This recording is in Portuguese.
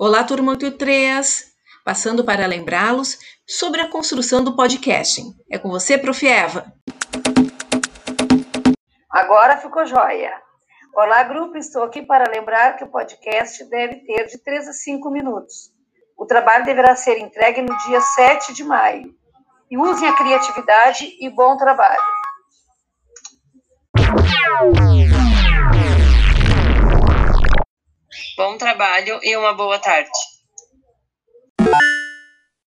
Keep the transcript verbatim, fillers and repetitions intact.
Olá, turma oito três! Passando para lembrá-los sobre a construção do podcasting. É com você, prof Eva. Agora ficou jóia. Olá, grupo, estou aqui para lembrar que o podcast deve ter de três a cinco minutos. O trabalho deverá ser entregue no dia sete de maio. E usem a criatividade e bom trabalho. Bom trabalho e uma boa tarde.